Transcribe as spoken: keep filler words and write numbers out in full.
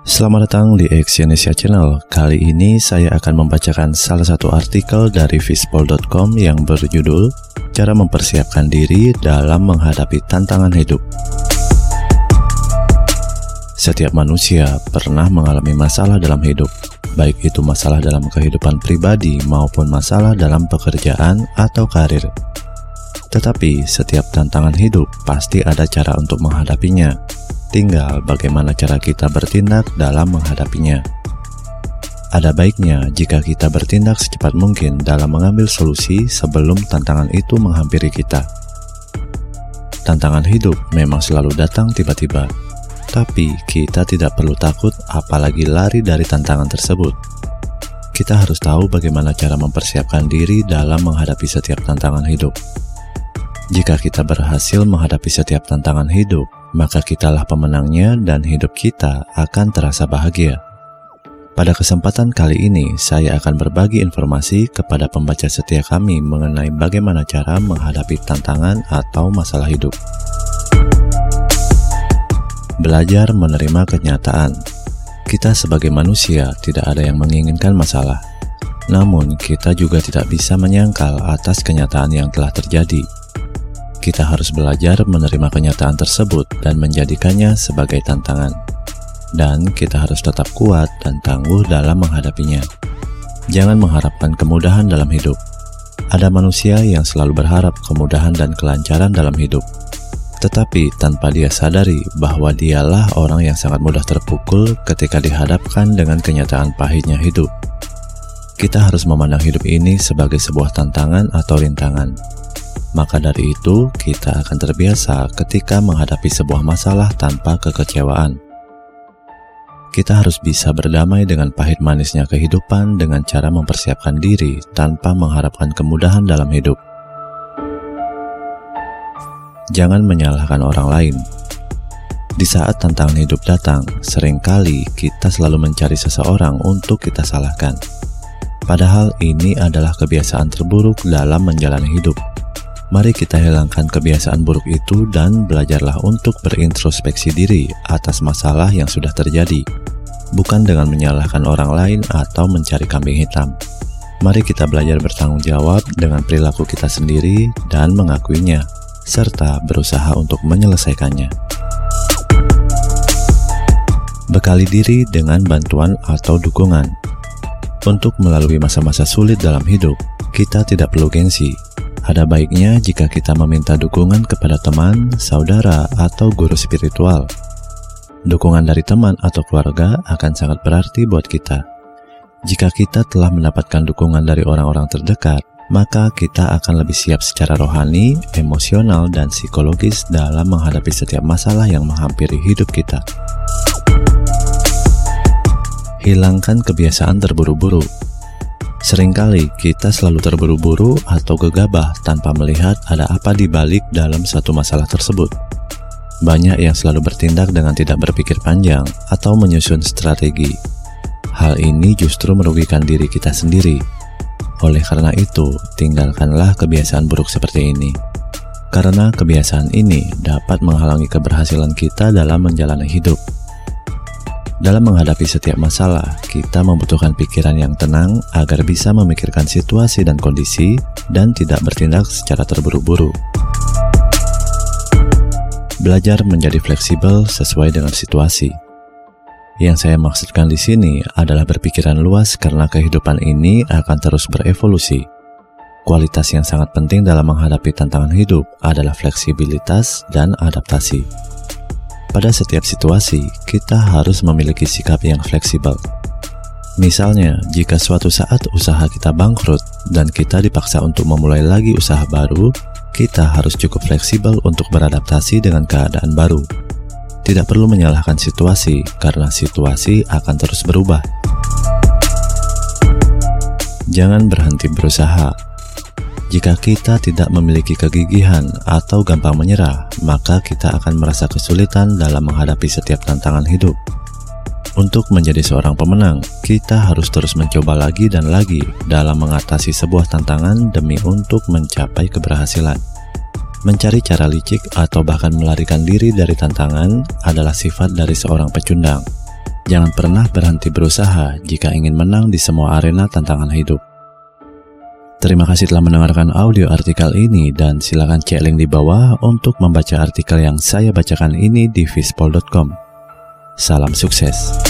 Selamat datang di Exyonesia Channel. Kali ini saya akan membacakan salah satu artikel dari fishbowl dot com yang berjudul Cara Mempersiapkan Diri Dalam Menghadapi Tantangan Hidup. Setiap manusia pernah mengalami masalah dalam hidup, baik itu masalah dalam kehidupan pribadi maupun masalah dalam pekerjaan atau karir. Tetapi setiap tantangan hidup pasti ada cara untuk menghadapinya. Tinggal bagaimana cara kita bertindak dalam menghadapinya. Ada baiknya jika kita bertindak secepat mungkin dalam mengambil solusi sebelum tantangan itu menghampiri kita. Tantangan hidup memang selalu datang tiba-tiba, tapi kita tidak perlu takut apalagi lari dari tantangan tersebut. Kita harus tahu bagaimana cara mempersiapkan diri dalam menghadapi setiap tantangan hidup. Jika kita berhasil menghadapi setiap tantangan hidup, maka kitalah pemenangnya dan hidup kita akan terasa bahagia. Pada kesempatan kali ini, saya akan berbagi informasi kepada pembaca setia kami mengenai bagaimana cara menghadapi tantangan atau masalah hidup. Belajar menerima kenyataan. Kita sebagai manusia tidak ada yang menginginkan masalah. Namun, kita juga tidak bisa menyangkal atas kenyataan yang telah terjadi. Kita harus belajar menerima kenyataan tersebut dan menjadikannya sebagai tantangan. Dan kita harus tetap kuat dan tangguh dalam menghadapinya. Jangan mengharapkan kemudahan dalam hidup. Ada manusia yang selalu berharap kemudahan dan kelancaran dalam hidup. Tetapi tanpa dia sadari bahwa dialah orang yang sangat mudah terpukul ketika dihadapkan dengan kenyataan pahitnya hidup. Kita harus memandang hidup ini sebagai sebuah tantangan atau rintangan. Maka dari itu, kita akan terbiasa ketika menghadapi sebuah masalah tanpa kekecewaan. Kita harus bisa berdamai dengan pahit manisnya kehidupan dengan cara mempersiapkan diri tanpa mengharapkan kemudahan dalam hidup. Jangan menyalahkan orang lain. Di saat tantangan hidup datang, seringkali kita selalu mencari seseorang untuk kita salahkan. Padahal ini adalah kebiasaan terburuk dalam menjalani hidup. Mari kita hilangkan kebiasaan buruk itu dan belajarlah untuk berintrospeksi diri atas masalah yang sudah terjadi, bukan dengan menyalahkan orang lain atau mencari kambing hitam. Mari kita belajar bertanggung jawab dengan perilaku kita sendiri dan mengakuinya, serta berusaha untuk menyelesaikannya. Bekali diri dengan bantuan atau dukungan. Untuk melalui masa-masa sulit dalam hidup, kita tidak perlu gengsi. Ada baiknya jika kita meminta dukungan kepada teman, saudara, atau guru spiritual. Dukungan dari teman atau keluarga akan sangat berarti buat kita. Jika kita telah mendapatkan dukungan dari orang-orang terdekat, maka kita akan lebih siap secara rohani, emosional, dan psikologis dalam menghadapi setiap masalah yang menghampiri hidup kita. Hilangkan kebiasaan terburu-buru. Seringkali kita selalu terburu-buru atau gegabah tanpa melihat ada apa di balik dalam satu masalah tersebut. Banyak yang selalu bertindak dengan tidak berpikir panjang atau menyusun strategi. Hal ini justru merugikan diri kita sendiri. Oleh karena itu, tinggalkanlah kebiasaan buruk seperti ini. Karena kebiasaan ini dapat menghalangi keberhasilan kita dalam menjalani hidup. Dalam menghadapi setiap masalah, kita membutuhkan pikiran yang tenang agar bisa memikirkan situasi dan kondisi dan tidak bertindak secara terburu-buru. Belajar menjadi fleksibel sesuai dengan situasi. Yang saya maksudkan di sini adalah berpikiran luas karena kehidupan ini akan terus berevolusi. Kualitas yang sangat penting dalam menghadapi tantangan hidup adalah fleksibilitas dan adaptasi. Pada setiap situasi, kita harus memiliki sikap yang fleksibel. Misalnya, jika suatu saat usaha kita bangkrut dan kita dipaksa untuk memulai lagi usaha baru, kita harus cukup fleksibel untuk beradaptasi dengan keadaan baru. Tidak perlu menyalahkan situasi, karena situasi akan terus berubah. Jangan berhenti berusaha. Jika kita tidak memiliki kegigihan atau gampang menyerah, maka kita akan merasa kesulitan dalam menghadapi setiap tantangan hidup. Untuk menjadi seorang pemenang, kita harus terus mencoba lagi dan lagi dalam mengatasi sebuah tantangan demi untuk mencapai keberhasilan. Mencari cara licik atau bahkan melarikan diri dari tantangan adalah sifat dari seorang pecundang. Jangan pernah berhenti berusaha jika ingin menang di semua arena tantangan hidup. Terima kasih telah mendengarkan audio artikel ini dan silakan cek link di bawah untuk membaca artikel yang saya bacakan ini di fishbowl dot com. Salam sukses.